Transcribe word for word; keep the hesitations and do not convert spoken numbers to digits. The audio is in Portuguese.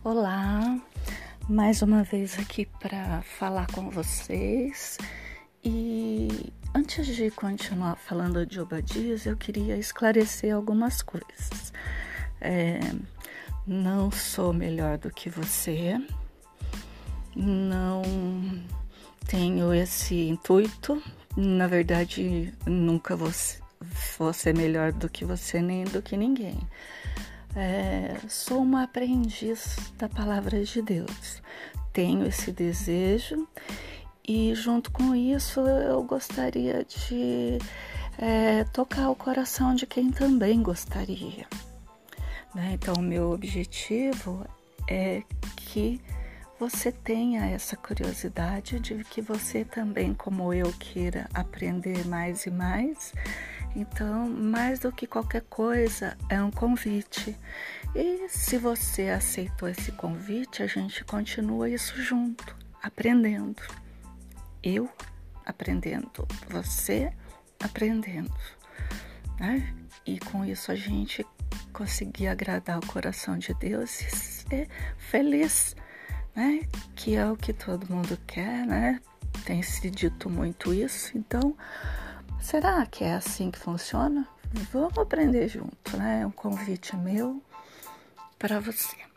Olá, mais uma vez aqui para falar com vocês. E antes de continuar falando de Obadias, eu queria esclarecer algumas coisas. É, não sou melhor do que você, não tenho esse intuito, na verdade nunca vou, vou ser melhor do que você nem do que ninguém. É, sou uma aprendiz da palavra de Deus, tenho esse desejo e junto com isso eu gostaria de é, tocar o coração de quem também gostaria, né? Então o meu objetivo é que você tenha essa curiosidade de que você também, como eu, queira aprender mais e mais. Então, mais do que qualquer coisa, é um convite. E se você aceitou esse convite, a gente continua isso junto, aprendendo. Eu aprendendo, você aprendendo, né? E com isso a gente conseguir agradar o coração de Deus e ser feliz, né? Que é o que todo mundo quer, né? Tem se dito muito isso, então... será que é assim que funciona? Vamos aprender junto, né? É um convite meu para você.